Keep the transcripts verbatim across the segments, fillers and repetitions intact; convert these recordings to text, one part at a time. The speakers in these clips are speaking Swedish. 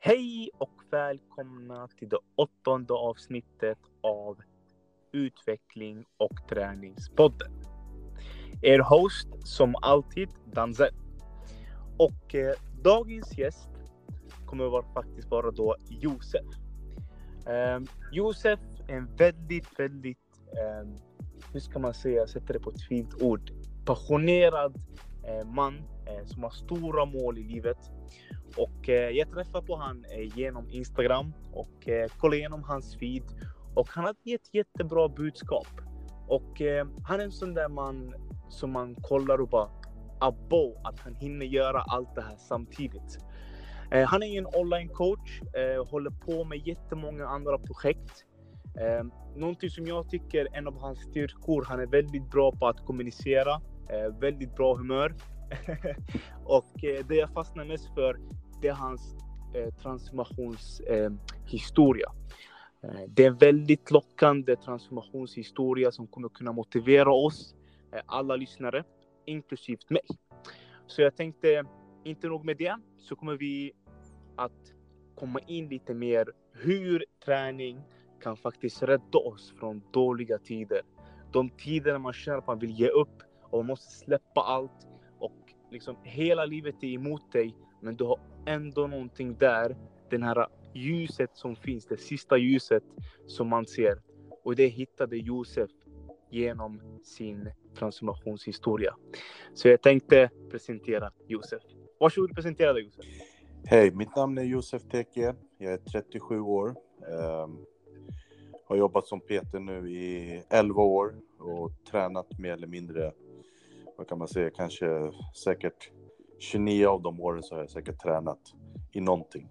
Hej och välkomna till det åttonde avsnittet av Utveckling och träningspodden. Er host som alltid, Danze. Och eh, dagens gäst kommer vara, faktiskt vara då Josef. Eh, Josef är en väldigt, väldigt, eh, hur ska man säga, jag sätter det på ett fint ord, passionerad eh, man eh, som har stora mål i livet. Och eh, jag träffade på han eh, genom Instagram och eh, kollade igenom hans feed. Och han har ett jättebra budskap. Och eh, han är en sån där man som man kollar och bara abbo att han hinner göra allt det här samtidigt. Eh, han är en online coach, eh, håller på med jättemånga andra projekt. Eh, någonting som jag tycker är en av hans styrkor, han är väldigt bra på att kommunicera, eh, väldigt bra humör. Och eh, det jag fastnar mest för, det är hans eh, transformationshistoria. Eh, eh, det är en väldigt lockande transformationshistoria som kommer kunna motivera oss, eh, alla lyssnare, inklusivt mig. Så jag tänkte, inte nog med det, så kommer vi att komma in lite mer hur träning kan faktiskt rädda oss från dåliga tider. De tider när man känner att man vill ge upp och man måste släppa allt och liksom hela livet är emot dig, men du har ändå någonting där, den här ljuset som finns, det sista ljuset som man ser, och det hittade Josef genom sin transformationshistoria. Så jag tänkte presentera Josef. Varsågod, presentera dig, Josef. Hej, mitt namn är Josef Teke. Jag är trettiosju år. Um, har jobbat som P T nu i elva år och tränat mer eller mindre, vad kan man säga, kanske säkert tjugonio av de åren så har jag säkert tränat i någonting.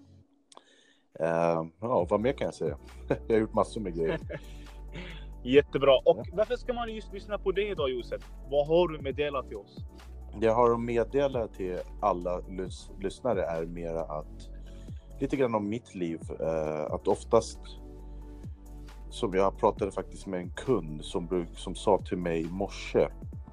Uh, ja, vad mer kan jag säga? Jag har gjort massor med grejer. Jättebra. Och varför ska man just lyssna på dig idag, Josef? Vad har du meddelat till oss? Det jag har att meddela till alla lys- lyssnare är mera att lite grann om mitt liv. Uh, att oftast, som jag pratade faktiskt med en kund som, som sa till mig i morse,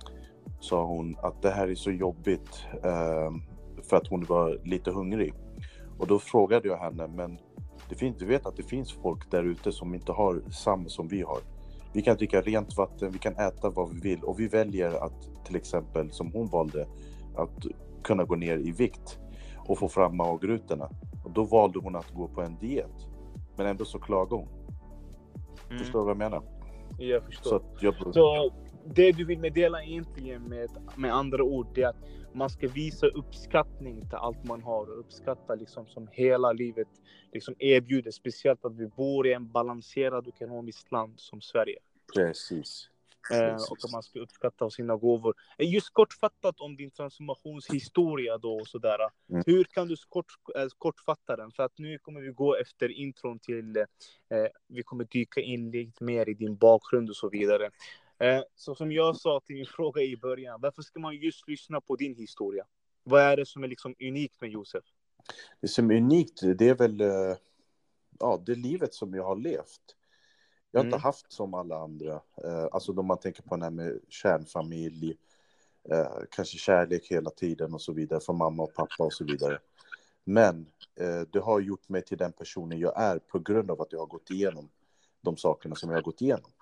sa hon att det här är så jobbigt uh, för att hon var lite hungrig. Och då frågade jag henne, men det finns, du vet att det finns folk där ute som inte har samma som vi har. Vi kan dricka rent vatten, vi kan äta vad vi vill och vi väljer att, till exempel som hon valde, att kunna gå ner i vikt och få fram magrutorna. Och då valde hon att gå på en diet. Men ändå så klagar hon. Mm. Förstår du vad jag menar? Jag förstår. Så, att jag... så det du vill meddela egentligen med, med andra ord, det är att man ska visa uppskattning till allt man har och uppskatta liksom som hela livet liksom erbjuder, speciellt att vi bor i en balanserad ekonomiskt land som Sverige. Precis. Eh, och att man ska uppskatta sina gåvor. Just kortfattat om din transformationshistoria då och sådär. Mm. Hur kan du kort, äh, kortfatta den? För att nu kommer vi gå efter intron till, eh, vi kommer dyka in lite mer i din bakgrund och så vidare. Eh, så som jag sa till min fråga i början, varför ska man just lyssna på din historia? Vad är det som är liksom unikt med Josef? Det som är unikt, det är väl eh, ja, det livet som jag har levt. Jag har mm. inte haft som alla andra, eh, alltså då man tänker på den här med kärnfamilj, eh, kanske kärlek hela tiden och så vidare från mamma och pappa och så vidare. Men eh, det har gjort mig till den personen jag är på grund av att jag har gått igenom de sakerna som jag har gått igenom.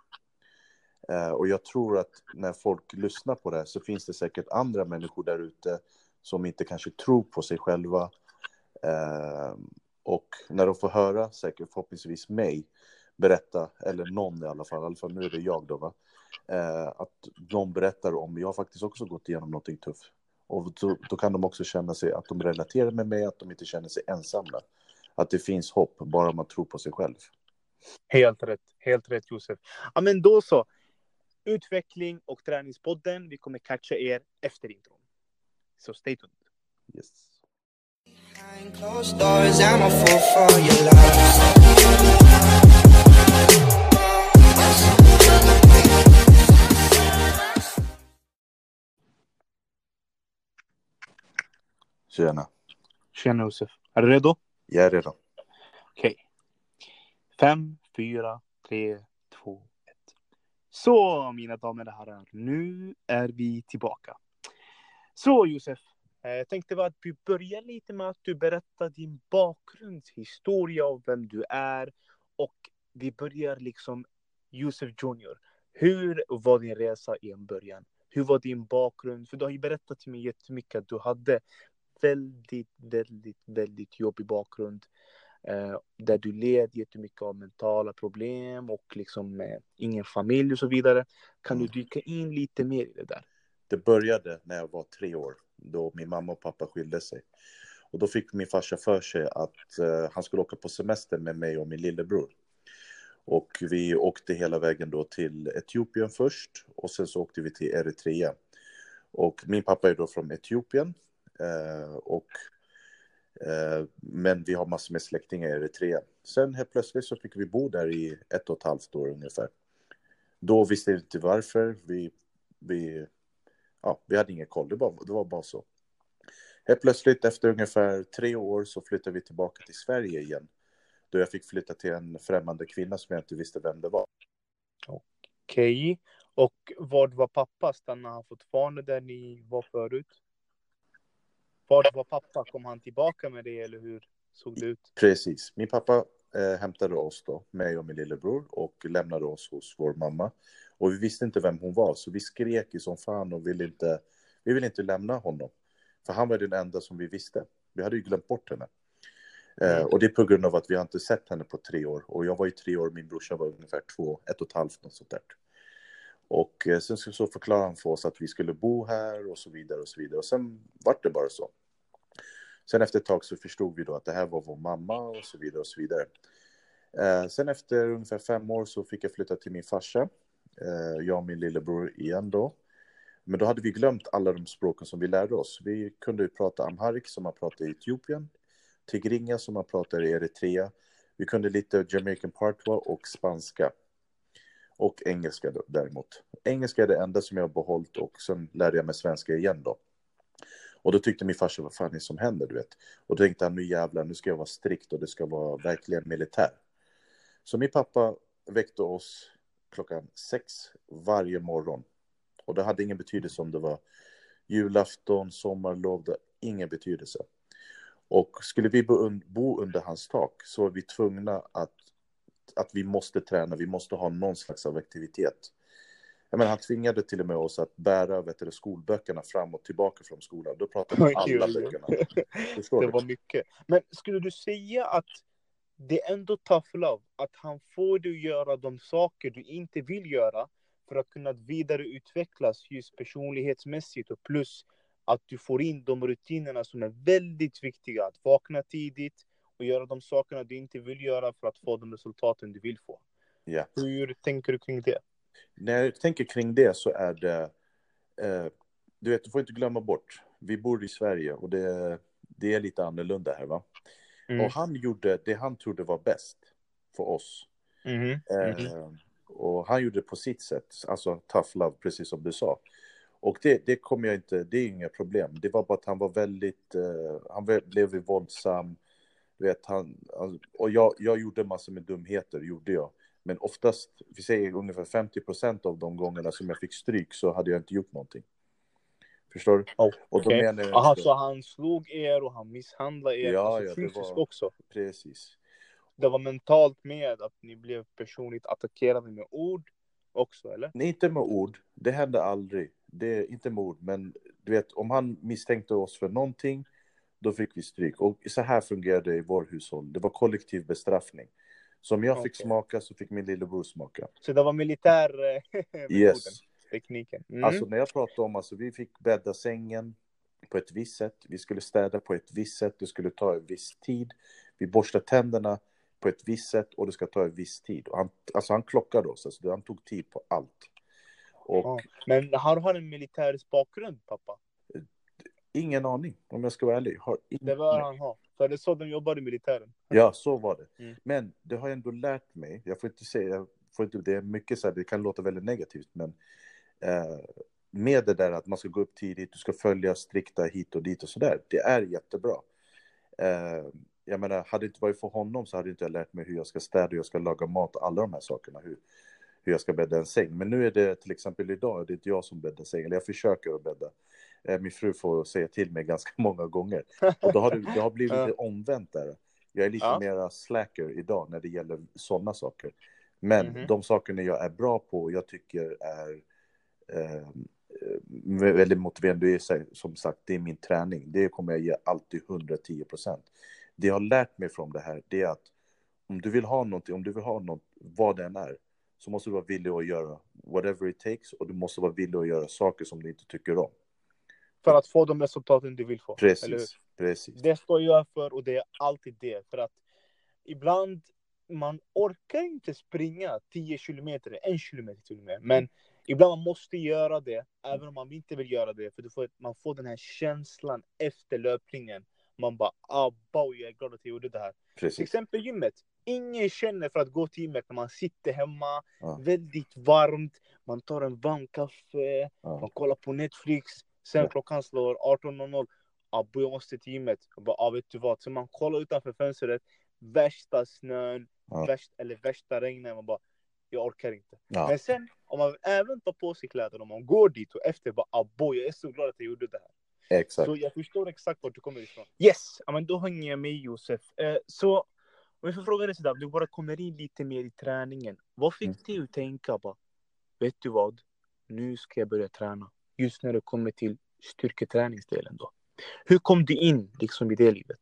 Uh, och jag tror att när folk lyssnar på det här så finns det säkert andra människor där ute som inte kanske tror på sig själva. Uh, och när de får höra, säkert förhoppningsvis mig berätta, eller någon i alla fall, i alla fall nu är det jag då va, uh, att de berättar om, jag har faktiskt också gått igenom någonting tufft. Och då, då kan de också känna sig att de relaterar med mig, att de inte känner sig ensamma. Att det finns hopp, bara man tror på sig själv. Helt rätt, helt rätt Josef. Ja men då så. Utveckling och träningspodden. Vi kommer catcha er efter intron. Så stay tuned. Yes. Tjena. Tjena Josef. Är du redo? Jag är redo. Okej. Okay. Fem, fyra, tre, två, ett. Så mina damer och herrar, nu är vi tillbaka. Så Josef, Eh, Jag tänkte bara att vi börjar lite med att du berättar din bakgrundshistoria av vem du är. Och vi börjar liksom Yusuf Junior. Hur var din resa i en början? Hur var din bakgrund? För du har ju berättat till mig jättemycket att du hade väldigt, väldigt, väldigt jobbig bakgrund. Eh, där du led jättemycket av mentala problem och liksom eh, ingen familj och så vidare. Kan Mm. du dyka in lite mer i det där? Det började när jag var tre år, då min mamma och pappa skilde sig. Och då fick min farsa för sig att eh, han skulle åka på semester med mig och min lillebror. Och vi åkte hela vägen då till Etiopien först, och sen så åkte vi till Eritrea. Och min pappa är då från Etiopien, eh, och, eh, men vi har massor med släktingar i Eritrea. Sen helt plötsligt så fick vi bo där i ett och ett halvt år ungefär. Då visste vi inte varför, vi, vi, ja, vi hade ingen koll, det var, det var bara så. Helt plötsligt efter ungefär tre år så flyttade vi tillbaka till Sverige igen. Då jag fick flytta till en främmande kvinna som jag inte visste vem det var. Okej. Okay. Och vad var pappa? Stannade han fortfarande där ni var förut? Vad var pappa? Kom han tillbaka med det eller hur såg det ut? Precis. Min pappa eh, hämtade oss då, mig och min lillebror, och lämnade oss hos vår mamma. Och vi visste inte vem hon var, så vi skrek ju som fan och ville inte, vi ville inte lämna honom. För han var den enda som vi visste. Vi hade ju glömt bort henne. Mm. Eh, och det är på grund av att vi har inte sett henne på tre år. Och jag var ju tre år, min brorsa var ungefär två, ett och ett halvt, något sånt där. Och eh, sen så förklarade han för oss att vi skulle bo här och så vidare och så vidare. Och sen var det bara så. Sen efter ett tag så förstod vi då att det här var vår mamma och så vidare och så vidare. Eh, sen efter ungefär fem år så fick jag flytta till min farsa. Eh, jag och min lillebror igen då. Men då hade vi glömt alla de språken som vi lärde oss. Vi kunde ju prata amharik som man pratar i Etiopien. Tigrinja som man pratar i Eritrea. Vi kunde lite Jamaican Patois och spanska. Och engelska då, däremot. Engelska är det enda som jag har behållit, och sen lärde jag mig svenska igen då. Och då tyckte min farsa, vad fan är det som händer, du vet. Och då tänkte han, nu jävlar, nu ska jag vara strikt och det ska vara verkligen militär. Så min pappa väckte oss klockan sex varje morgon. Och det hade ingen betydelse om det var julafton, sommarlov, det ingen betydelse. Och skulle vi bo under hans tak så var vi tvungna att, att vi måste träna, vi måste ha någon slags av aktivitet. Jag menar, han tvingade till och med oss att bära vet du, skolböckerna fram och tillbaka från skolan. Då pratade vi om alla böckerna. Förstår det du? var mycket. Men skulle du säga att det är ändå tough love, att han får dig göra de saker du inte vill göra för att kunna vidareutvecklas just personlighetsmässigt, och plus att du får in de rutinerna som är väldigt viktiga, att vakna tidigt och göra de sakerna du inte vill göra för att få de resultaten du vill få. Ja. Hur tänker du kring det? När jag tänker kring det så är det, eh, du vet, du får inte glömma bort, vi bor i Sverige och det, det är lite annorlunda här, va? Mm. Och han gjorde det han trodde var bäst för oss. Mm. Mm. Eh, och han gjorde det på sitt sätt, alltså tough love, precis som du sa. Och det, det kommer jag inte, det är inga problem. Det var bara att han var väldigt, eh, han blev våldsam. Du vet, han, och jag, jag gjorde massor med dumheter, gjorde jag. Men oftast, vi säger ungefär femtio procent av de gångerna som jag fick stryk så hade jag inte gjort någonting. Förstår du? Okay. Och då menar jag Aha, inte... så han slog er och han misshandlade er, ja, alltså ja, fysiskt var... också? Precis. Det var mentalt med att ni blev personligt attackerade med ord också, eller? Nej, inte med ord. Det hände aldrig. Det är inte med ord, men du vet, om han misstänkte oss för någonting, då fick vi stryk. Och så här fungerade det i vår hushåll. Det var kollektiv bestraffning. Så om jag okay. fick smaka så fick min lillebror smaka. Så det var militär metoden, yes. tekniken. Mm. Alltså när jag pratade om, alltså vi fick bädda sängen på ett visst sätt. Vi skulle städa på ett visst sätt. Det skulle ta en viss tid. Vi borstade tänderna på ett visst sätt och det ska ta en viss tid. Och han, alltså han klockade oss, alltså han tog tid på allt. Och, ja. Men har han en militär bakgrund, pappa? Ingen aning, om jag ska vara ärlig. Har ingen... Det var han ha. För det är så de jobbade i militären. Ja, så var det. Mm. Men det har jag ändå lärt mig. Jag får inte säga, jag får inte, det är mycket så här, det kan låta väldigt negativt. Men eh, med det där att man ska gå upp tidigt, du ska följa strikta hit och dit och sådär. Det är jättebra. Eh, jag menar, hade det inte varit för honom så hade inte jag lärt mig hur jag ska städa, hur jag ska laga mat och alla de här sakerna. Hur, hur jag ska bädda en säng. Men nu är det till exempel idag, det är inte jag som bäddar säng. Eller jag försöker att bädda. Eh, min fru får säga till mig ganska många gånger. Och då har det, det har blivit lite omvänt där. Jag är lite Ja. mera slacker idag när det gäller sådana saker. Men Mhm. de sakerna jag är bra på, jag tycker är eh, väldigt motiverande. Det är så- som sagt, det är min träning. Det kommer jag ge alltid hundratio procent. Det jag har lärt mig från det här, det är att om du vill ha någonting, om du vill ha något, vad den är, så måste du vara villig att göra whatever it takes, och du måste vara villig att göra saker som du inte tycker om. För att få de resultaten du vill få. Precis, Eller hur? precis. Det står jag för, och det är alltid det. För att ibland man orkar inte springa tio kilometer, en kilometer till och med. Men ibland man måste göra det, även om man inte vill göra det. För du får, man får den här känslan efter löpningen. Man bara, ah, bow, jag är glad att jag gjorde det här. Till Precis. exempel gymmet. Ingen känner för att gå till gymmet när man sitter hemma, Ja. väldigt varmt. Man tar en varm kaffe, Ja. man kollar på Netflix. Sen Ja. klockan slår arton noll noll. Abbo, jag måste till gymmet. Jag bara, ah, vet du vad? Så man kollar utanför fönstret. Värsta snön, Ja. värst, eller värsta regnen. Man bara, jag orkar inte. Ja. Men sen, om man även tar på sig kläder, om man går dit och efter bara, abbo, jag är så glad att jag gjorde det här. Exakt. Så jag förstår exakt vart du kommer ifrån. Yes, ja, men då hänger jag med, Josef. Eh, så om jag får fråga dig sådär, du bara kommer in lite mer i träningen. Vad fick Mm. dig att tänka bara, vet du vad? Nu ska jag börja träna. Just när det kommer till styrketräningsdelen då. Hur kom du in liksom i det livet?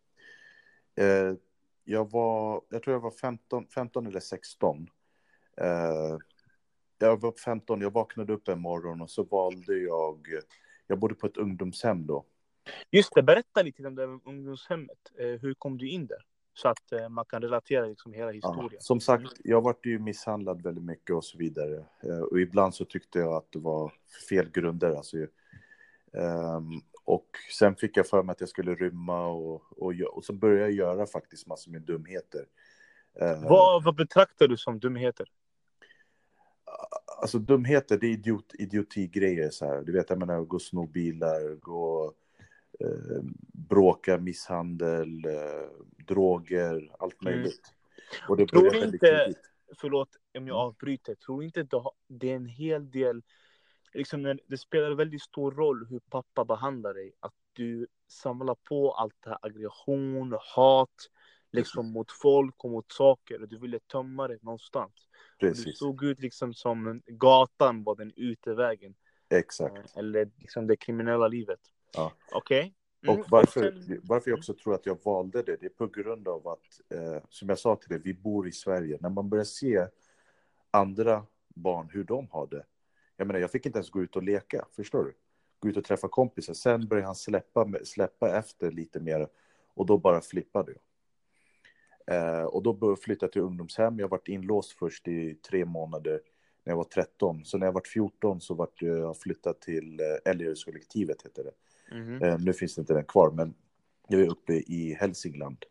Eh, jag var, jag tror jag var femton, femton eller sexton. Eh, jag var femton, jag vaknade upp en morgon och så valde jag, jag bodde på ett ungdomshem då. Just det, berätta lite om det här ungdomshemmet. Eh, hur kom du in där? Så att eh, man kan relatera liksom hela historien. Ja, som sagt, jag var ju misshandlad väldigt mycket och så vidare. Eh, och ibland så tyckte jag att det var fel grunder. Alltså, um, och sen fick jag för mig att jag skulle rymma och, och, och så började jag göra faktiskt massor med dumheter. Uh, vad, vad betraktar du som dumheter? Alltså dumheter, det är idiot, idiotigrejer så här. Du vet, jag menar, gå och sno bilar, gå eh, bråka, misshandel, eh, droger, allt möjligt. Mm. Och det tror började inte, tidigt. Förlåt om jag avbryter, tror inte det är en hel del, liksom, det spelar väldigt stor roll hur pappa behandlar dig, att du samlar på allt det här aggression, hat, liksom Precis. Mot folk och mot saker, och du ville tömma det någonstans. Precis. Du såg ut liksom som gatan var den utevägen. Exakt. Eller liksom det kriminella livet. Ja. Okej. Okay. Mm. Och varför, varför jag också tror att jag valde det, det är på grund av att, eh, som jag sa till dig, vi bor i Sverige. När man börjar se andra barn, hur de har det. Jag menar, jag fick inte ens gå ut och leka, förstår du? Gå ut och träffa kompisar. Sen började han släppa, släppa efter lite mer. Och då bara flippade jag. Eh, och då började jag flytta till ungdomshem. Jag varit inlåst först i tre månader när jag var tretton. Så när jag var fjorton så vart jag flyttat till eh, Älgaröskollektivet, heter det. Mm-hmm. Eh, nu finns det inte den kvar, men jag är uppe i Hälsingland.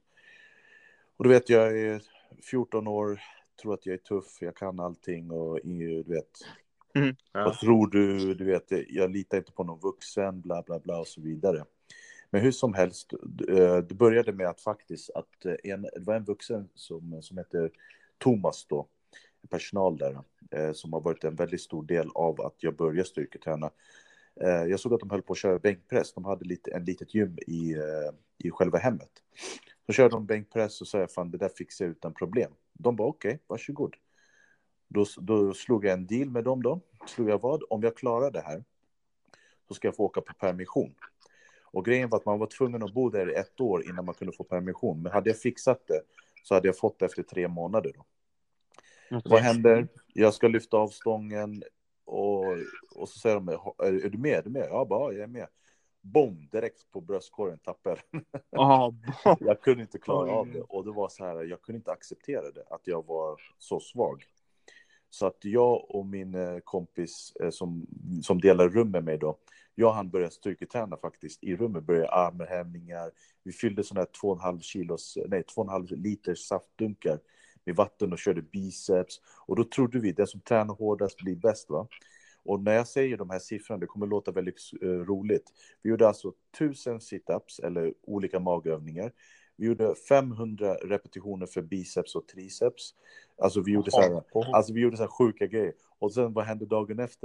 Och du vet, jag är fjorton år, tror att jag är tuff, jag kan allting och du vet, mm, ja. Vad tror du, du vet, jag litar inte på någon vuxen, bla bla bla och så vidare. Men hur som helst, det började med att faktiskt att en, det var en vuxen som, som heter Thomas då, personal där, som har varit en väldigt stor del av att jag började styrketräna. Jag såg att de höll på att köra bänkpress, de hade lite, en litet gym i, i själva hemmet. Så körde de bänkpress och sa jag, fan det där fixar jag utan problem. De bara okej, okay, varsågod. Då, då slog jag en deal med dem då. Slog jag vad? Om jag klarar det här så ska jag få åka på permission. Och grejen var att man var tvungen att bo där i ett år innan man kunde få permission. Men hade jag fixat det så hade jag fått det efter tre månader då. Okay. Vad händer? Jag ska lyfta av stången och, och så säger de, är, är du med? Är du med? Ja, bara, jag är med. Boom, direkt på bröstkorgen tappade oh, jag kunde inte klara av det. Och det var så här, jag kunde inte acceptera det, att jag var så svag. Så att jag och min kompis som, som delar rum med mig då, jag och han började styrketräna faktiskt i rummet, började armhävningar. Vi fyllde sådana här två och en halv kilos, nej två och en halv liters saftdunkar med vatten och körde biceps. Och då trodde vi, det som tränar hårdast blir bäst, va? Och när jag säger de här siffrorna, det kommer låta väldigt uh, roligt. Vi gjorde alltså tusen sit-ups eller olika magövningar. Vi gjorde femhundra repetitioner för biceps och triceps. Alltså vi gjorde så här, alltså vi gjorde så här sjuka grejer. Och sen vad hände dagen efter?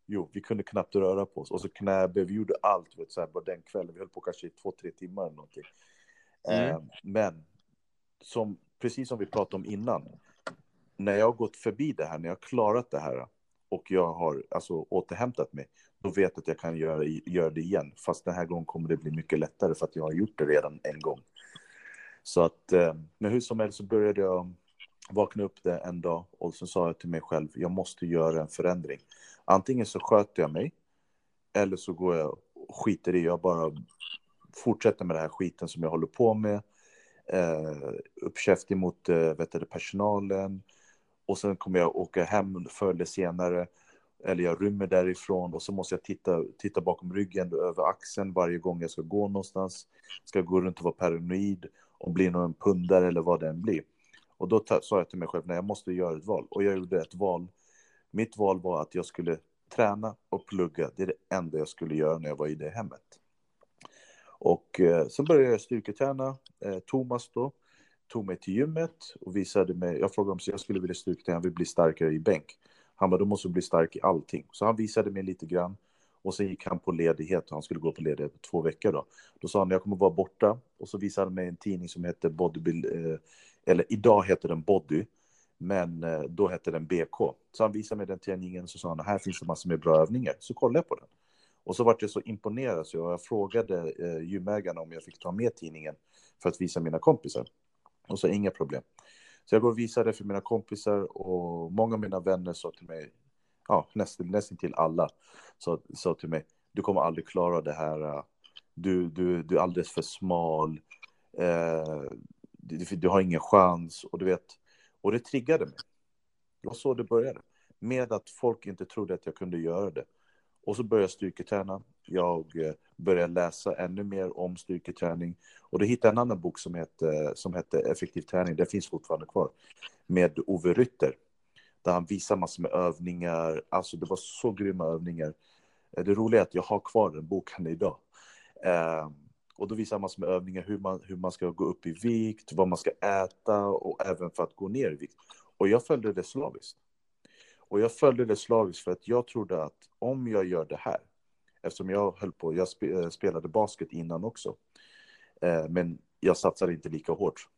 Jo, vi kunde knappt röra på oss. Och så knäbe, vi gjorde allt, vet, så här, bara den kvällen. Vi höll på kanske i två, tre timmar eller någonting. Mm. Eh, men, som, precis som vi pratade om innan, när jag har gått förbi det här, när jag har klarat det här och jag har alltså återhämtat mig, då vet jag att jag kan göra, göra det igen. Fast den här gången kommer det bli mycket lättare för att jag har gjort det redan en gång. Så att, eh, men hur som helst så började jag vakna upp det en dag och så sa jag till mig själv, jag måste göra en förändring. Antingen så sköter jag mig eller så går jag och skiter i, jag bara fortsätter med det här skiten som jag håller på med. Eh, uppkäftig mot eh, vet du, personalen. Och sen kommer jag åka hem förr eller senare. Eller jag rymmer därifrån. Och så måste jag titta, titta bakom ryggen över axeln varje gång jag ska gå någonstans. Ska jag gå runt och vara paranoid. Och bli någon pundare eller vad det än blir. Och då ta, sa jag till mig själv, nej jag måste göra ett val. Och jag gjorde ett val. Mitt val var att jag skulle träna och plugga. Det är det enda jag skulle göra när jag var i det hemmet. Och eh, sen började jag styrketräna. Eh, Thomas då tog mig till gymmet och visade mig. Jag frågade om så jag skulle vilja styrketräna, jag vill bli starkare i bänk. Han bara, du måste bli stark i allting. Så han visade mig lite grann. Och sen gick han på ledighet och han skulle gå på ledighet på två veckor då. Då sa han, jag kommer vara borta. Och så visade han mig en tidning som heter Bodybuild, eh, eller idag heter den Body. Men eh, då hette den B K. Så han visade mig den tidningen och så sa han, här finns det massor med bra övningar. Så kollade jag på den. Och så var jag så imponerad så jag frågade eh, gymägarna om jag fick ta med tidningen för att visa mina kompisar. Och så inga problem. Så jag går och visade för mina kompisar och många av mina vänner sa till mig, ja nästan, nästan till alla, sa, sa till mig, du kommer aldrig klara det här, du, du, du är alldeles för smal, eh, du, du har ingen chans och du vet, och det triggade mig. Det var så det började, med att folk inte trodde att jag kunde göra det. Och så började jag styrketräna. Jag började läsa ännu mer om styrketräning. Och då hittade jag en annan bok som hette, som hette Effektiv träning. Det finns fortfarande kvar. Med Ove Rytter. Där han visar massor med övningar. Alltså det var så grymma övningar. Det roliga är att jag har kvar den boken idag. Eh, och då visar han massor med övningar. Hur man, hur man ska gå upp i vikt. Vad man ska äta. Och även för att gå ner i vikt. Och jag följde det slaviskt. Och jag följde det slaviskt för att jag trodde att om jag gör det här, eftersom jag höll på, jag spelade basket innan också, eh, men jag satsade inte lika hårt.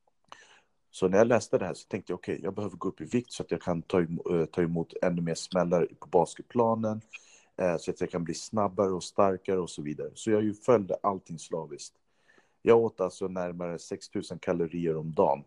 Så när jag läste det här så tänkte jag, okej, okay, jag behöver gå upp i vikt så att jag kan ta emot, ta emot ännu mer smällar på basketplanen, eh, så att jag kan bli snabbare och starkare och så vidare. Så jag ju följde allting slaviskt. Jag åt alltså närmare sex tusen kalorier om dagen.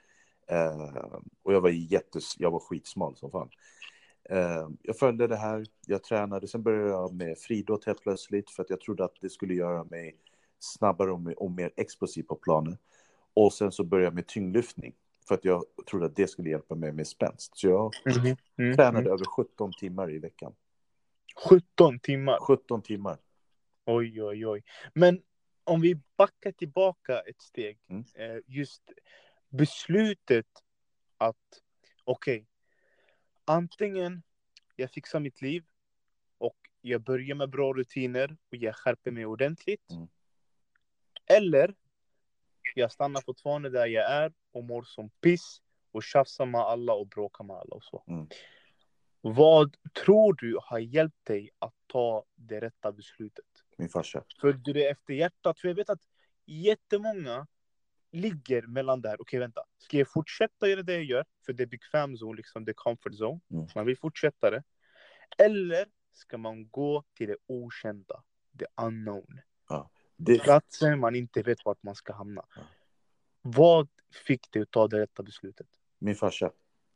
Uh, och jag var jättes, jag var skitsmal som fan. Uh, jag följde det här, jag tränade, sen började jag med friidrott helt plötsligt för att jag trodde att det skulle göra mig snabbare och, och mer explosiv på planen. Och sen så började jag med tyngdlyftning för att jag trodde att det skulle hjälpa mig med spänst. Så jag mm-hmm. Mm-hmm. tränade över sjutton timmar i veckan. sjutton timmar? sjutton timmar. Oj, oj, oj. Men om vi backar tillbaka ett steg, mm. uh, just beslutet att okej, okay, antingen jag fixar mitt liv och jag börjar med bra rutiner och jag skärper mig ordentligt, mm. eller jag stannar fortfarande där jag är och mår som piss och tjafsar med alla och bråkar med alla och så. Mm. Vad tror du har hjälpt dig att ta det rätta beslutet? Min farsa. Följde du det efter hjärtat? För jag vet att jättemånga ligger mellan där. Okej, vänta. Ska jag fortsätta göra det jag gör? För det är bekväm zone, liksom det comfort zone. Mm. Man vill fortsätta det. Eller ska man gå till det okända? The unknown. Ja, det... Platsen man inte vet vart man ska hamna. Ja. Vad fick dig att ta det rätta beslutet? Min farsa.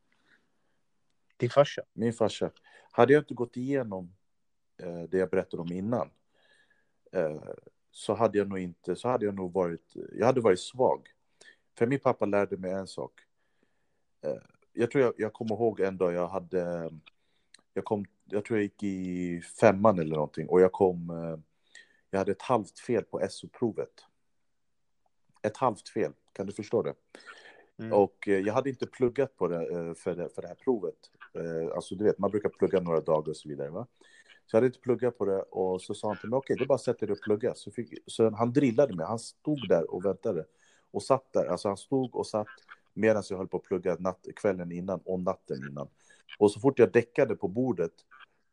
Din farsa? Min farsa. Hade jag inte gått igenom eh, det jag berättade om innan, eh, så hade jag nog inte, så hade jag nog varit, jag hade varit svag. För min pappa lärde mig en sak. Eh, jag tror jag, jag kommer ihåg en dag jag hade, jag kom, jag tror jag gick i femman eller någonting och jag kom, eh, jag hade ett halvt fel på S O-provet. Ett halvt fel, kan du förstå det? Mm. Och eh, jag hade inte pluggat på det, eh, för det för det här provet. Eh, alltså du vet, man brukar plugga några dagar och så vidare, va? Så jag hade inte pluggat på det och så sa han till mig, okej, okay, det bara sätter dig och plugga. Så, fick, så han drillade mig, han stod där och väntade. Och satt där, alltså han stod och satt medan jag höll på att plugga natt, kvällen innan och natten innan. Och så fort jag däckade på bordet,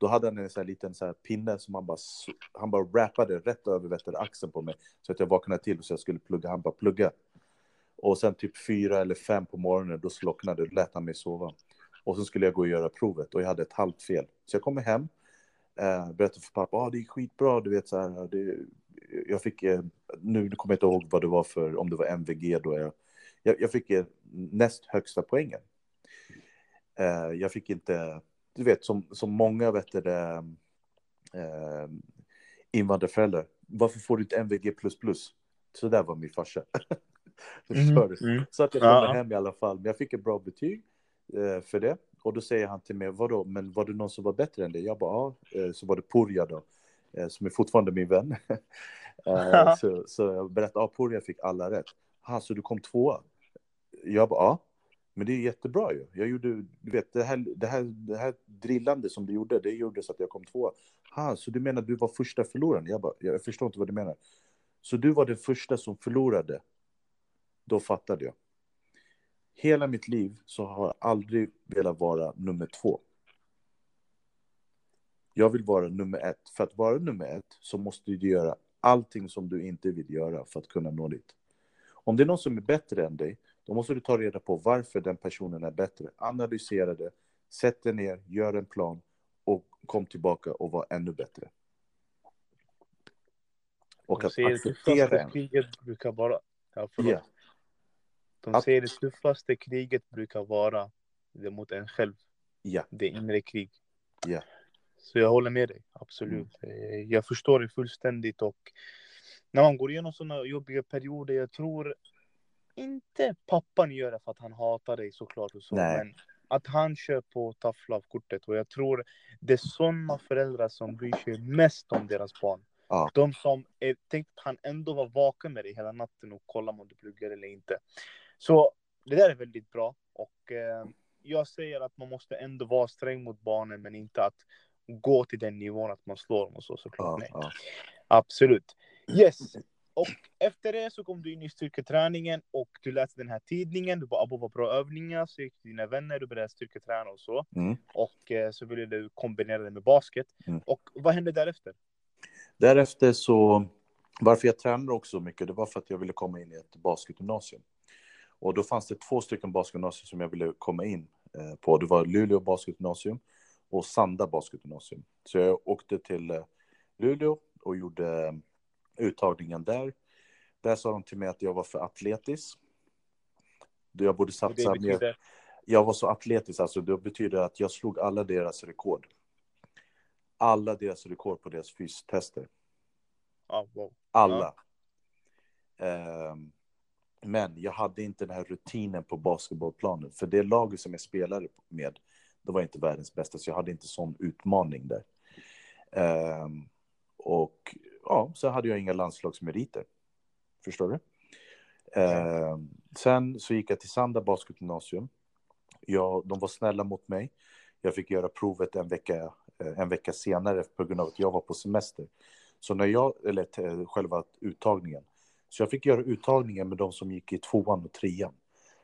Då hade han en sån här liten så här pinne som han bara, han bara rappade rätt över vet du, axeln på mig. Så att jag vaknade till så jag skulle plugga, han bara plugga. Och sen typ fyra eller fem på morgonen, då slocknade det, lät han mig sova. Och så skulle jag gå och göra provet och jag hade ett halvt fel. Så jag kommer hem, eh, berättade för pappa, ah, det är skitbra, du vet så här. Det, jag fick, eh, nu kommer jag inte ihåg vad det var för, om det var M V G då. Jag, jag, jag fick eh, näst högsta poängen. Eh, jag fick inte, du vet, som, som många vet det, eh, invandrarföräldrar. Varför får du inte M V G plus plus? Så där var min farsa. Mm, mm. Så att jag kommer Ja. hem i alla fall. Men jag fick ett bra betyg eh, för det. Och då säger han till mig, vadå, men var det någon som var bättre än det? Jag bara, ja. Eh, så var det Purja då, eh, som är fortfarande min vän. eh, så, så jag berättade, ja, Purja fick alla rätt. Ha, så du kom tvåa? Jag bara, ja. Men det är jättebra ju. Jag gjorde, du vet, det här, det här, det här drillande som du gjorde, det gjorde så att jag kom tvåa. Ha, så du menar du var första förloraren? Jag bara, jag förstår inte vad du menar. Så du var den första som förlorade? Då fattade jag. Hela mitt liv så har jag aldrig velat vara nummer två. Jag vill vara nummer ett. För att vara nummer ett så måste du göra allting som du inte vill göra för att kunna nå dit. Om det är någon som är bättre än dig, då måste du ta reda på varför den personen är bättre. Analysera det, sätt dig ner, gör en plan och kom tillbaka och var ännu bättre. Och De att säger det acceptera tuffaste en. kriget brukar vara... Ja, förlåt. Yeah. De Att- säger det tuffaste kriget brukar vara det mot en själv. Ja, Det inre krig. ja. Så jag håller med dig, absolut. Eh, Jag förstår det fullständigt. Och när man går igenom sådana jobbiga perioder, jag tror inte pappan gör det för att han hatar dig såklart och så. Nej. Men att han kör på tough love-kortet. Och jag tror det är sådana föräldrar som bryr sig mest om deras barn. Ja. De som är, tänkt att han ändå var vaken med dig hela natten och kollar om du pluggar eller inte. Så det där är väldigt bra. Och eh, jag säger att man måste ändå vara sträng mot barnen, men inte att gå till den nivån att man slår dem och så, såklart. Ja, Nej. ja. Absolut. Yes. Och efter det så kom du in i styrketräningen och du läste den här tidningen. Du bara, Abo, vad bra övningar. Så gick till dina vänner, du började styrketräna och så. Mm. Och eh, så ville du kombinera det med basket. Mm. Och vad hände därefter? Därefter så, varför jag tränade också mycket, det var för att jag ville komma in i ett basketgymnasium. Och då fanns det två stycken basketgymnasium som jag ville komma in eh, på. Det var Luleå basketgymnasium och Sanda basketgymnasium. Så jag åkte till eh, Luleå och gjorde eh, uttagningen där. Där sa de till mig att jag var för atletisk. Jag borde satsa Och det betyder... mer. Jag var så atletisk, alltså det betyder att jag slog alla deras rekord. Alla deras rekord på deras fystester. Ah, wow. Alla. Ja. Um, men jag hade inte den här rutinen på basketbollplanen. För det laget som jag spelade med, det var inte världens bästa. Så jag hade inte sån utmaning där. Um, och ja, så hade jag inga landslagsmeriter. Förstår du? Ja. Um, sen så gick jag till Sanda basketgymnasium. Jag, de var snälla mot mig. Jag fick göra provet en vecka, en vecka senare på grund av att jag var på semester. Så när jag, eller t- själva uttagningen. Så jag fick göra uttagningen med de som gick i tvåan och trean.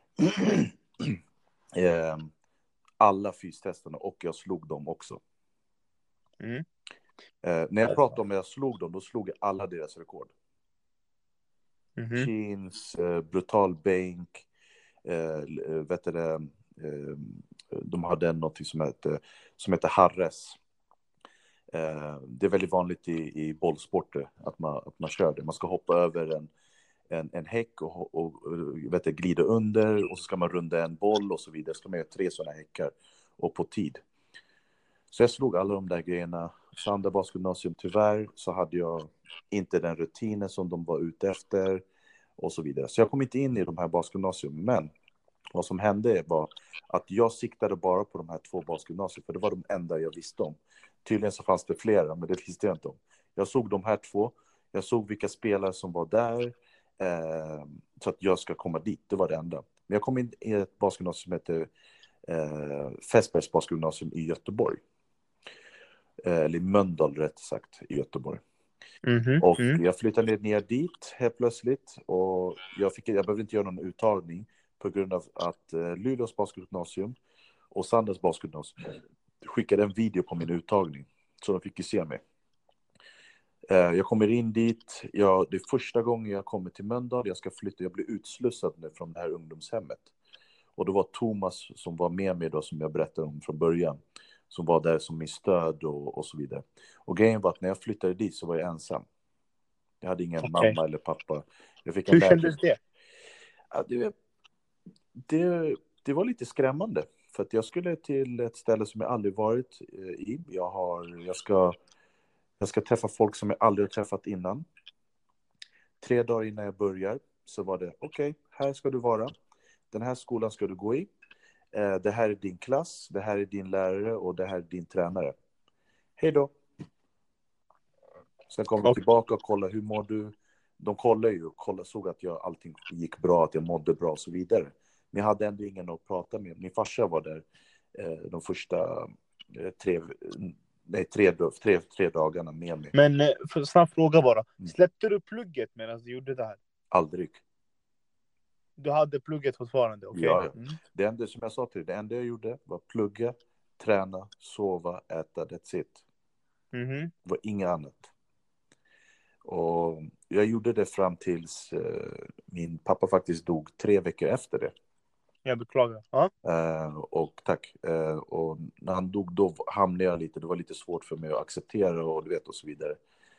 eh, alla fystesterna och jag slog dem också. Mm. Eh, när jag pratade om att jag slog dem, då slog jag alla deras rekord. Mm-hmm. Chins, eh, brutal bänk, eh, vet du det, eh, de hade något som heter, som heter Harres. Eh, det är väldigt vanligt i, i bollsporter att man, att man kör det. Man ska hoppa över en, en, en häck och, och, och vet du, glida under och så ska man runda en boll och så vidare. Så ska man göra tre sådana häckar och på tid. Så jag slog alla de där grejerna. Sanda basketgymnasium, tyvärr så hade jag inte den rutinen som de var ute efter och så vidare. Så jag kom inte in i de här basketgymnasium. Men vad som hände var att jag siktade bara på de här två basketgymnasium, för det var de enda jag visste om. Tydligen så fanns det flera, men det visste jag inte om. Jag såg de här två. Jag såg vilka spelare som var där. Eh, så att jag ska komma dit. Det var det enda. Men jag kom in i ett basketgymnasium som heter eh, Fässbergs basketgymnasium i Göteborg. Eh, eller Mölndal rätt sagt, i Göteborg. Mm-hmm. Och Mm. jag flyttade ner dit helt plötsligt. Och jag, fick, jag behövde inte göra någon uttagning på grund av att eh, Luleås basketgymnasium och Sanders basketgymnasium skickade en video på min uttagning. Så de fick ju se mig. Jag kommer in dit. Jag, det är första gången jag kommer till Mölndal. Jag ska flytta. Jag blir utslussad nu från det här ungdomshemmet. Och det var Thomas som var med mig då, som jag berättade om från början. Som var där som min stöd och, och så vidare. Och grejen var att när jag flyttade dit så var jag ensam. Jag hade ingen okay. mamma eller pappa. Jag fick en Hur kändes det? Ja, det, det? Det var lite skrämmande. För att jag skulle till ett ställe som jag aldrig varit i. Jag, har, jag, ska, jag ska träffa folk som jag aldrig har träffat innan. Tre dagar innan jag börjar så var det okej, okay, här ska du vara. Den här skolan ska du gå i. Det här är din klass, det här är din lärare och det här är din tränare. Hej då. Sen kom vi tillbaka och kollade, hur mår du? De kollade ju och kollade, såg att jag, allting gick bra, att jag mådde bra och så vidare. Men jag hade ändå ingen att prata med. Min farsa var där eh, de första eh, tre, nej, tre, tre, tre dagarna med mig. Men eh, för snabb fråga bara. Släppte du plugget medan du gjorde det här? Aldrig. Du hade plugget fortfarande, okej? Okay? Ja, mm. Det enda som jag sa till dig, det enda jag gjorde var plugga, träna, sova, äta, that's it. Mm-hmm. Det var inget annat. Och jag gjorde det fram tills uh, min pappa faktiskt dog tre veckor efter det. Jag beklagar. Ja. Uh, och tack. Uh, och när han dog då hamnade jag lite, det var lite svårt för mig att acceptera och du vet och så vidare.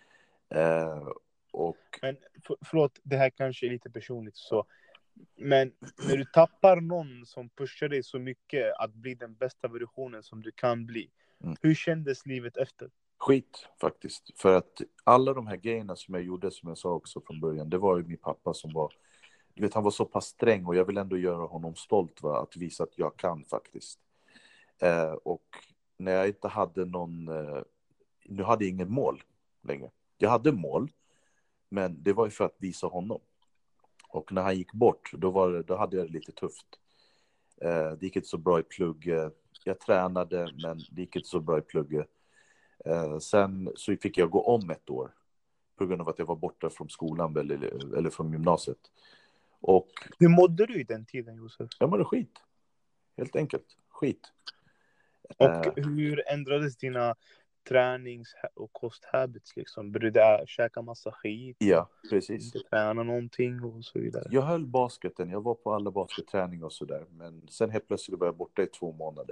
Uh, och... Men för, förlåt, det här kanske är lite personligt så. Men när du tappar någon som pushar dig så mycket att bli den bästa versionen som du kan bli. Mm. Hur kändes livet efter? Skit faktiskt. För att alla de här grejerna som jag gjorde, som jag sa också från början, det var ju min pappa som var, du vet, han var så pass sträng och jag vill ändå göra honom stolt, va? Att visa att jag kan faktiskt. Eh, och när jag inte hade någon, eh, nu hade jag ingen mål längre. Jag hade mål, men det var ju för att visa honom. Och när han gick bort, då, var det, då hade jag det lite tufft. Eh, det gick inte så bra i plugget. Jag tränade, men det gick inte så bra i plugget. Eh, sen så fick jag gå om ett år. På grund av att jag var borta från skolan eller, eller från gymnasiet. Och, hur mådde du i den tiden, Josef? Jag mådde skit. Helt enkelt. Skit. Och eh, hur ändrades dina tränings- och kosthabits liksom? Började du käka massa skit? Ja, precis. Träna någonting och så vidare. Jag höll basketen. Jag var på alla basketträningar och sådär. Men sen helt plötsligt var jag borta i två månader.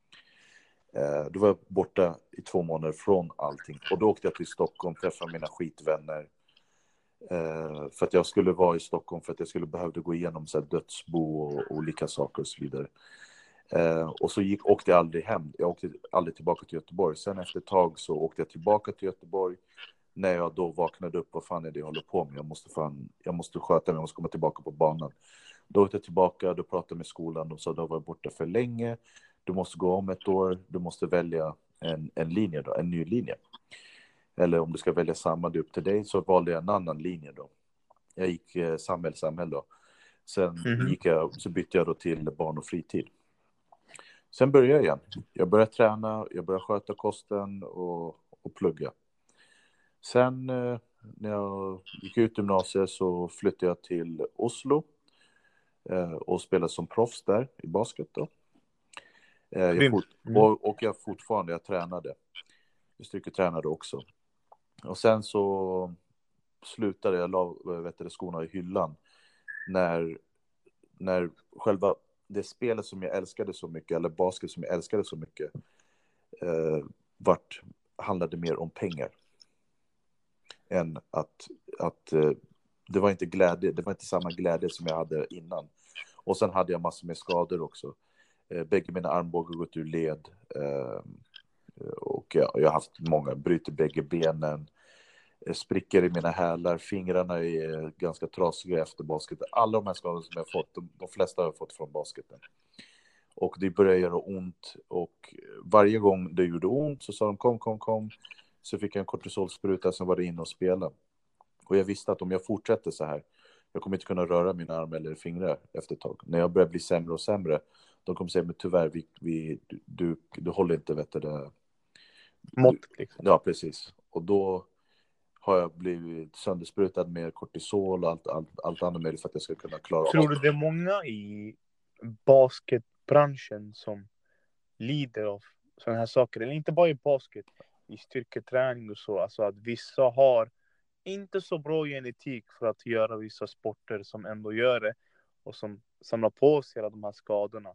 Eh, då var jag borta i två månader från allting. Och då åkte jag till Stockholm, träffade mina skitvänner. Eh, för att jag skulle vara i Stockholm för att jag skulle behövde gå igenom så här dödsbo och olika saker och så vidare. Eh, och så gick, åkte jag aldrig hem. Jag åkte aldrig tillbaka till Göteborg. Sen efter ett tag så åkte jag tillbaka till Göteborg. När jag då vaknade upp, vad fan är det jag håller på med? Jag måste, fan, jag måste sköta mig, jag måste komma tillbaka på banan. Då åkte jag tillbaka, då pratade jag med skolan. De sa, då var jag borta för länge. Du måste gå om ett år. Du måste välja en, en linje då, en ny linje. Eller om du ska välja samma, det är upp till dig. Så valde jag en annan linje då. Jag gick eh, samhällssamhälle då. Sen mm-hmm. gick jag, så bytte jag då till barn och fritid. Sen började jag igen. Jag började träna, jag började sköta kosten och, och plugga. Sen eh, när jag gick ut gymnasiet så flyttade jag till Oslo. Eh, och spelade som proffs där i basket då. Eh, jag fort, och, och jag fortfarande, jag tränade. Jag styrketränade också. Och sen så slutade jag, la vet du, skorna i hyllan. När, när själva det spelet som jag älskade så mycket, eller basket som jag älskade så mycket, eh, vart, handlade mer om pengar. Än att, att eh, det var inte glädje, det var inte samma glädje som jag hade innan. Och sen hade jag massor med skador också. Eh, bägge mina armbågar gått ur led. Eh, och jag, jag har haft många, bryter bägge benen. Eh, spricker i mina hälar. Fingrarna är ganska trasiga efter basketen. Alla de här skadorna som jag har fått, de, de flesta har jag fått från basketen. Och det började göra ont. Och varje gång det gjorde ont så sa de kom, kom, kom. Så fick jag en kortisolspruta, som var det inne och spela. Och jag visste att om jag fortsätter så här, jag kommer inte kunna röra mina armar eller fingrar efter ett tag. När jag börjar bli sämre och sämre, de kommer säga, men tyvärr, vi, vi, du, du, du håller inte, vet du, det. Mått, liksom. Ja, precis. Och då har jag blivit söndersprutad med kortisol och allt, allt, allt annat möjligt för att jag ska kunna klara av. Tror du det är många i basketbranschen som lider av sådana här saker. Eller inte bara i basket, i styrketräning och så. Alltså att vissa har inte så bra genetik för att göra vissa sporter som ändå gör det. Och som samlar på sig alla de här skadorna.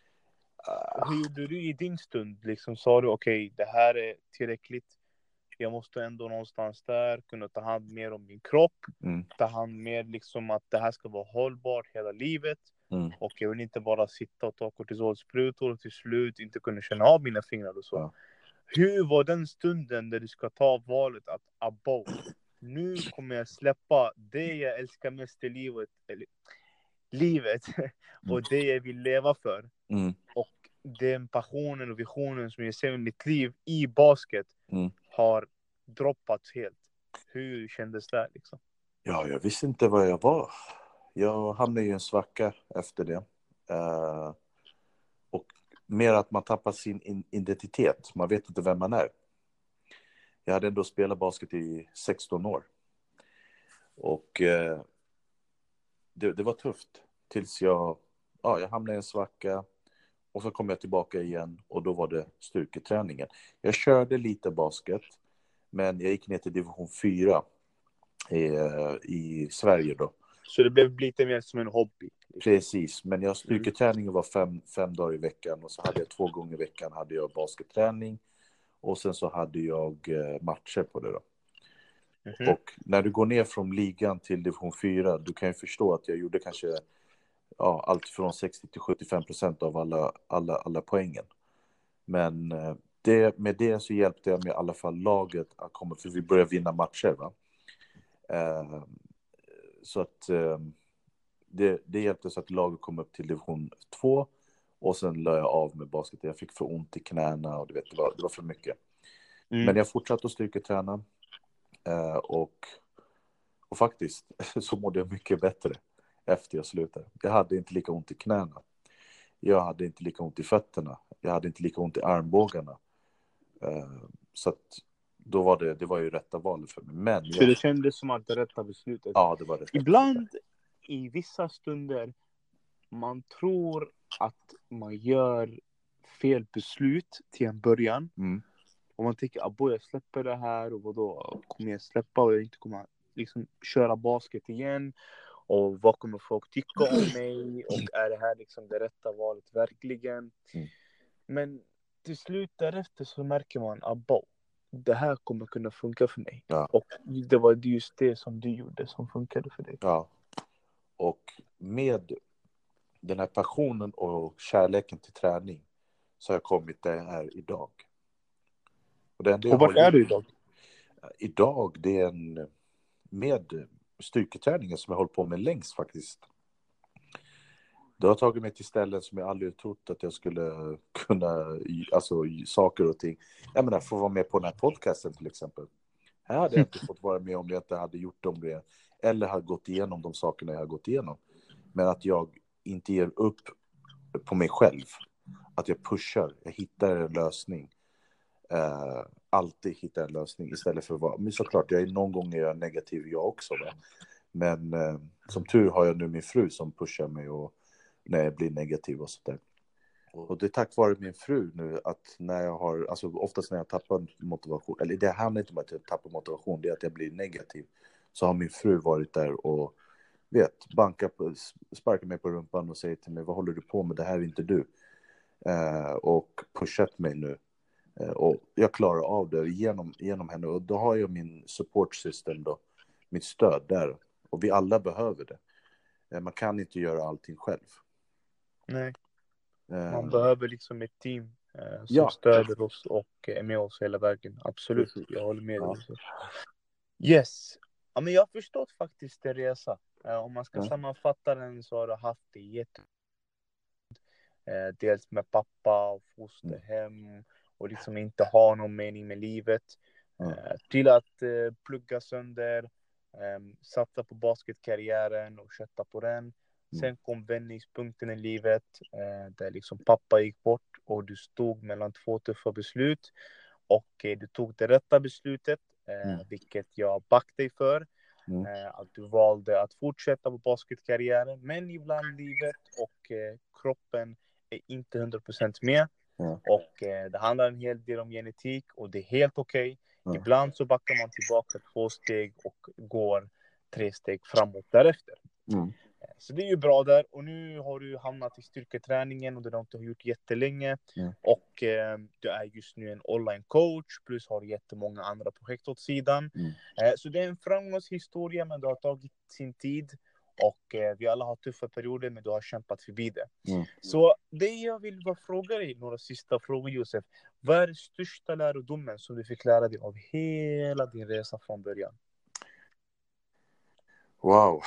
Hur gjorde du i din stund? Liksom sa du okej, okay, det här är tillräckligt. Jag måste ändå någonstans där kunna ta hand mer om min kropp. Mm. Ta hand mer liksom att det här ska vara hållbart hela livet. Mm. Och jag vill inte bara sitta och ta kortisolsprutor och till slut inte kunna känna av mina fingrar och så. Ja. Hur var den stunden där du ska ta valet att abo, nu kommer jag släppa det jag älskar mest i livet, eller, livet och det jag vill leva för. Mm. Och den passionen och visionen som jag ser i mitt liv i basket Mm. har droppats helt. Hur kändes det liksom? Ja, jag visste inte vad jag var. Jag hamnade i en svacka efter det. Uh, och mer att man tappar sin in- identitet. Man vet inte vem man är. Jag hade ändå spelat basket i sexton år. Och uh, det, det var tufft. Tills jag, ja, jag hamnade i en svacka. Och så kom jag tillbaka igen. Och då var det styrketräningen. Jag körde lite basket. Men jag gick ner till division fyra. I, i Sverige då. Så det blev lite mer som en hobby? Precis, men jag styrketräningen var fem, fem dagar i veckan. Och så hade jag två gånger i veckan hade jag basketträning. Och sen så hade jag matcher på det då. Mm-hmm. Och när du går ner från ligan till division fyra, du kan ju förstå att jag gjorde kanske ja, allt från sextio till sjuttiofem procent av alla, alla, alla poängen. Men det, med det så hjälpte jag med i alla fall laget att komma, för vi började vinna matcher va. Uh, så att uh, det, det hjälpte så att laget kom upp till division två. Och sen la jag av med basket. Jag fick för ont i knäna och du vet, det var, det var för mycket. Mm. Men jag fortsatte att styrketräna. Uh, och, och faktiskt så mådde jag mycket bättre efter jag slutade. Jag hade inte lika ont i knäna. Jag hade inte lika ont i fötterna. Jag hade inte lika ont i armbågarna. Uh, så att då var det, det var ju rätta valet för mig. Men så jag... det kändes som att det rätta beslutet. Ja, det var det. Ibland i vissa stunder man tror att man gör fel beslut till en början. Mm. Och man tänker, abo jag släpper det här och vadå kommer jag släppa och jag inte kommer liksom köra basket igen. Och vad kommer folk tycka om mig? Och är det här liksom det rätta valet verkligen? Mm. Men till slut därefter så märker man, abo det här kommer kunna funka för mig. Ja. Och det var just det som du gjorde som funkade för dig. Ja. Och med den här passionen och kärleken till träning så har jag kommit där jag är idag. Och, det och vart är du idag? Idag, det är en med styrketräningen som jag håller på med längst faktiskt. Det har tagit mig till ställen som jag aldrig trott att jag skulle kunna, alltså saker och ting. Jag menar, få vara med på den här podcasten till exempel. Här hade jag inte fått vara med om jag inte hade gjort dem det. Eller hade gått igenom de sakerna jag har gått igenom. Men att jag inte ger upp på mig själv. Att jag pushar, jag hittar en lösning. Uh, alltid hittar en lösning istället för att vara... Men såklart, jag är någon gång är jag negativ jag också. Va? Men uh, som tur har jag nu min fru som pushar mig och när jag blir negativ och sådär. Och det är tack vare min fru nu att när jag har... Alltså oftast när jag tappar motivation... Eller det handlar inte om att jag tappar motivation, det är att jag blir negativ. Så har min fru varit där och vet, bankar på, sparkar mig på rumpan och säger till mig, vad håller du på med? Det här är inte du. Uh, och pushat mig nu. Uh, och jag klarar av det genom, genom henne. Och då har jag min support system då. Mitt stöd där. Och vi alla behöver det. Uh, man kan inte göra allting själv. Nej. Uh, man behöver liksom ett team uh, som ja. stöder oss och är med oss hela vägen. Absolut, Precis. jag håller med ja. dig. Yes. Ja, men jag har förstått faktiskt det resa. Uh, om man ska ja. sammanfatta den så har du haft det jätte... Uh, dels med pappa och fosterhem mm. och liksom inte ha någon mening med livet. Mm. Uh, till att uh, plugga sönder, um, satsa på basketkarriären och kötta på den. Mm. Sen kom vändningspunkten i livet uh, där liksom pappa gick bort och du stod mellan två tuffa beslut. Och uh, du tog det rätta beslutet, uh, mm. vilket jag backar dig för. Mm. Uh, att du valde att fortsätta på basketkarriären. Men ibland livet och uh, kroppen är inte hundra procent med. Ja. Och eh, det handlar en hel del om genetik och det är helt okej. Okay. Ja. Ibland så backar man tillbaka två steg och går tre steg framåt därefter. Mm. Så det är ju bra där. Och nu har du hamnat i styrketräningen och det har du inte gjort jättelänge. Mm. Och eh, du är just nu en online coach. Plus har jättemånga andra projekt åt sidan. Mm. Eh, så det är en framgångshistoria, men det har tagit sin tid. Och eh, vi alla har tuffa perioder, men du har kämpat förbi det. Mm. Så det jag vill bara fråga dig, några sista frågor, Josef. Vad är den största lärdomen som du fick lära dig av hela din resa från början? Wow.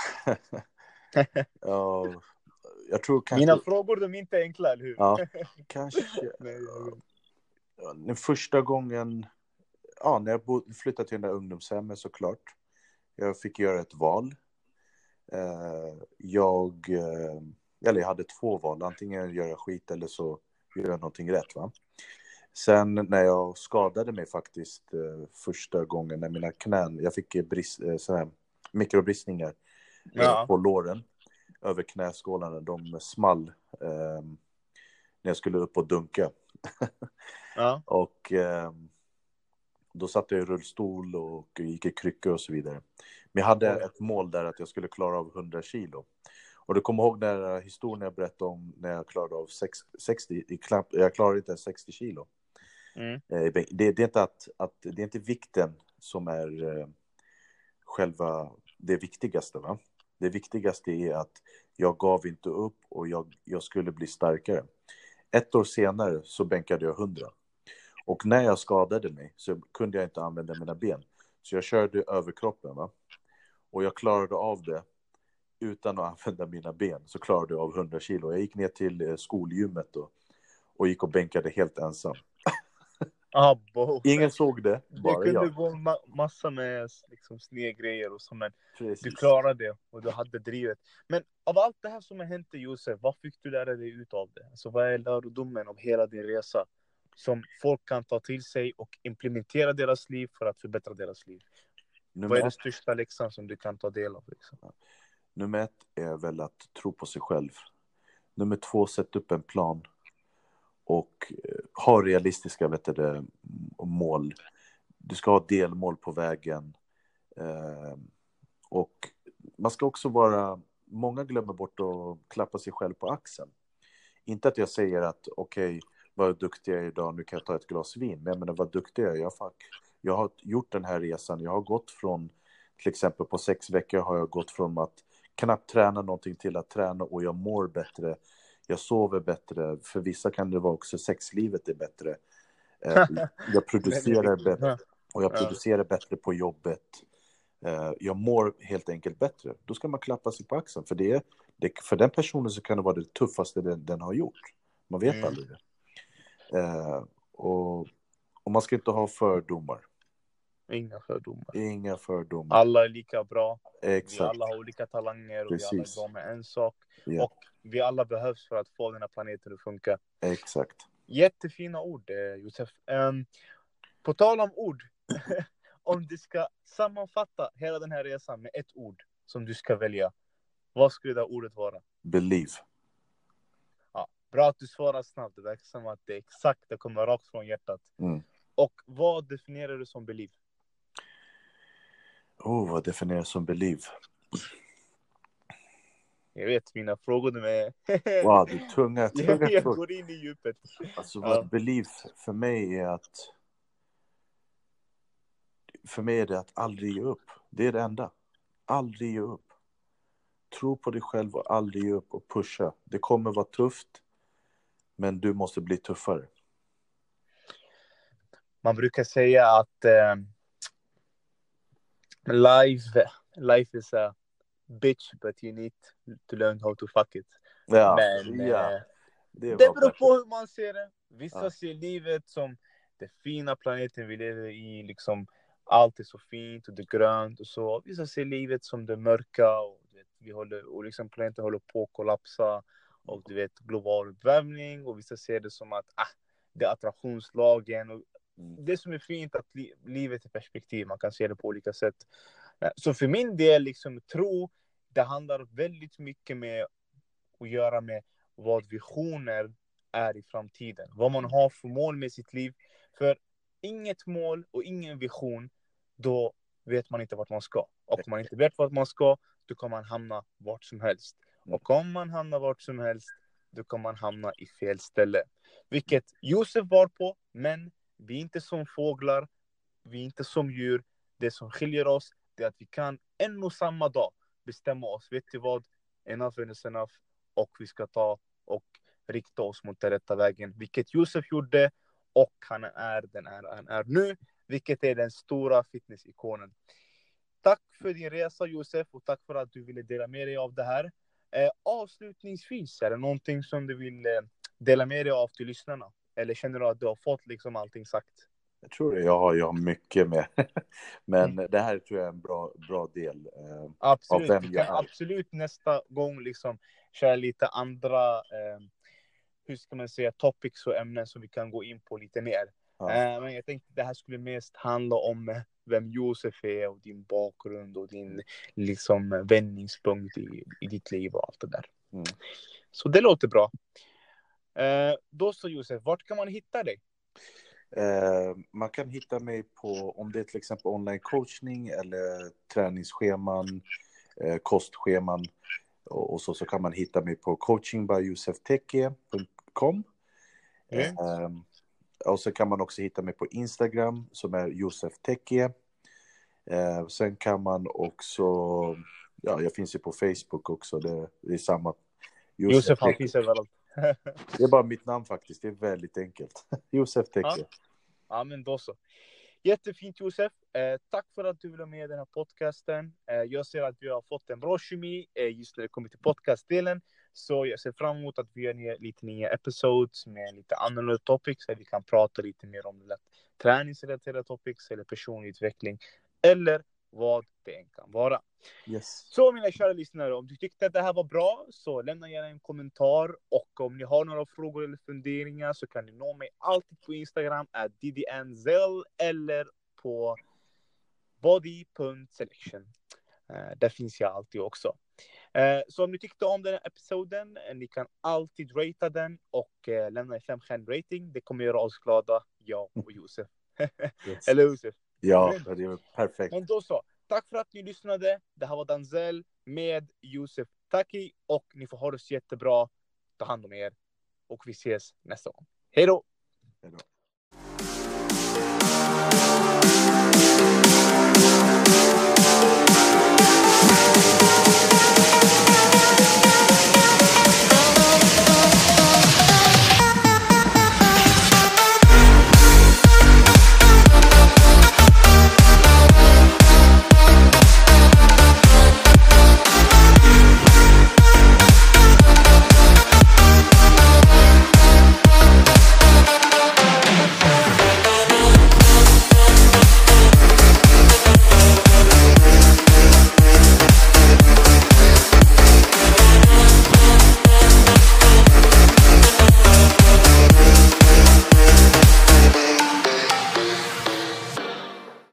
Ja, jag tror kanske... Mina frågor, de är inte enkla, eller hur? Ja, kanske... Nej, jag vet. Den första gången... Ja, när jag bod, flyttade till den där ungdomshemmet såklart. Jag fick göra ett val. Eh, jag... Eh, eller jag hade två val. Antingen göra skit eller så göra någonting rätt, va? Sen när jag skadade mig faktiskt eh, första gången när mina knän... Jag fick brist, eh, så här, mikrobristningar Ja. på låren över knäskålarna. De small eh, när jag skulle upp och dunka. Ja. Och eh, då satt jag i rullstol och gick i kryckor och så vidare. Men jag hade ett mål där att jag skulle klara av hundra kilo. Och du kommer ihåg när historien jag berättade om när jag klarade av sextio, jag klarade inte ens sextio kilo. Mm. Det, det är inte att, att det är inte vikten som är eh, själva det viktigaste, va? Det viktigaste är att jag gav inte upp och jag, jag skulle bli starkare. Ett år senare så bänkade jag hundra. Och när jag skadade mig så kunde jag inte använda mina ben. Så jag körde överkroppen, va? Och jag klarade av det utan att använda mina ben. Så klarade jag av hundra kilo. Jag gick ner till skolgymmet och, och gick och bänkade helt ensam. Ah, Ingen såg det, bara det kunde jag. gå ma- massa med liksom, snedgrejer och så, men Precis. du klarade det och du hade drivet. Men av allt det här som har hänt i Josef, vad fick du lära dig ut av det? Alltså, vad är lärdomen av hela din resa som folk kan ta till sig och implementera deras liv för att förbättra deras liv? Nummer Vad är den ett, största läxan som du kan ta del av? Liksom? nummer ett är väl att tro på sig själv. Nummer två, sätt upp en plan. Och eh, ha realistiska vet du, det, mål. Du ska ha delmål på vägen. Eh, och man ska också vara... Många glömmer bort att klappa sig själv på axeln. Inte att jag säger att okej, okay, vad duktig jag är idag, nu kan jag ta ett glas vin. Men jag menar, vad duktig jag är. Jag, fuck, jag har gjort den här resan. Jag har gått från, till exempel på sex veckor har jag gått från att knappt träna någonting till att träna och jag mår bättre. Jag sover bättre. För vissa kan det vara också sexlivet är bättre. Jag producerar bättre. Och jag producerar bättre på jobbet. Jag mår helt enkelt bättre. Då ska man klappa sig på axeln. För, det, det, för den personen så kan det vara det tuffaste den, den har gjort. Man vet mm. aldrig det. Och, och man ska inte ha fördomar. Inga fördomar. Inga fördomar. Alla är lika bra. Exakt. Vi alla har olika talanger och Precis. vi alla är bra med en sak. Ja. Och vi alla behövs för att få den här planeten att funka. Exakt. Jättefina ord, Josef. Um, på tal om ord. Om du ska sammanfatta hela den här resan med ett ord som du ska välja. Vad skulle det ordet vara? Believe. Ja, bra att du svarar snabbt. Det verkar som att det är exakt, det kommer rakt från hjärtat. Mm. Och vad definierar du som believe? Oh, vad definierar som believe? Jag vet, mina frågor de är... Wow, det är tunga, tunga jag, jag går in i djupet. Alltså vad ja. believe för mig är att... För mig är det att aldrig ge upp. Det är det enda. Aldrig ge upp. Tro på dig själv och aldrig ge upp och pusha. Det kommer vara tufft, men du måste bli tuffare. Man brukar säga att eh, life, life is a bitch, but you need to learn how to fuck it. Ja, men ja. Eh, det, det beror på hur man ser det. Vissa ja. ser livet som den fina planeten vi lever i, liksom allt är så fint och det är grönt och så. Vissa ser livet som det mörka och du vet, vi håller, och liksom planeten håller på att kollapsa och du vet global uppvärmning, och vissa ser det som att ah, det är attraktionslagen och mm. det som är fint att li- livet är perspektiv, man kan se det på olika sätt. Så för min del liksom tro, det handlar väldigt mycket med att göra med vad visioner är i framtiden. Vad man har för mål med sitt liv. För inget mål och ingen vision, då vet man inte vart man ska. Och om man inte vet vart man ska, då kommer man hamna vart som helst. Och om man hamnar vart som helst, då kommer man hamna i fel ställe. Vilket Josef var på, men vi är inte som fåglar, vi är inte som djur. Det som skiljer oss, det är att vi kan en och samma dag bestämma oss. Vet du vad? Enough is enough. Och vi ska ta och rikta oss mot den rätta vägen. Vilket Josef gjorde. Och han är den är, han är nu. Vilket är den stora fitnessikonen. Tack för din resa, Josef. Och tack för att du ville dela med dig av det här. Eh, avslutningsvis, är det någonting som du vill eh, dela med dig av till lyssnarna? Eller känner du att du har fått liksom allting sagt? Jag tror det, jag har, jag har mycket med. Men mm. det här tror jag är en bra, bra del eh, absolut. av vem Vi jag kan är. Absolut nästa gång liksom köra lite andra, eh, hur ska man säga, topics och ämnen som vi kan gå in på lite mer. Ja. Eh, men jag tänkte det här skulle mest handla om vem Josef är och din bakgrund och din liksom vändningspunkt i, i ditt liv och allt det där. Mm. Så det låter bra. Eh, då så Josef, vart kan man hitta dig? Eh, man kan hitta mig på, om det är till exempel online coachning eller träningsscheman, eh, kostscheman och, och så, så kan man hitta mig på coaching by josef teke punkt com. Mm. Eh, och så kan man också hitta mig på Instagram som är Josef Teke. Eh, sen kan man också, ja, jag finns ju på Facebook också, det, det är samma. Josef, Josef han finns överallt. Det är bara mitt namn faktiskt, det är väldigt enkelt. Josef Teke. Ja. Ja, men då så. Jättefint Josef. Eh, tack för att du ville med i den här podcasten. Eh, jag ser att vi har fått en bra kemi eh, just när det kommer till podcastdelen. Så jag ser fram emot att vi gör nya, lite nya episodes med lite annorlunda topics. Där vi kan prata lite mer om det, träningsrelaterade topics eller personlig utveckling. Eller vad det än kan vara. Yes. Så mina kära lyssnare, om du tyckte att det här var bra så lämna gärna en kommentar. Och om ni har några frågor eller funderingar så kan ni nå mig alltid på Instagram at ddnzel eller på body punkt selection. Uh, där finns jag alltid också. Uh, så om ni tyckte om den här episoden, uh, ni kan alltid ratea den och uh, lämna en femstjärnig rating. Det kommer göra oss glada, jag och Josef. Yes. Eller Josef? Ja, det är perfekt. Men då så. Tack för att ni lyssnade. Det här var Danzel med Josef Taki. Och ni får ha det så jättebra. Ta hand om er. Och vi ses nästa gång. Hej då! Hej då.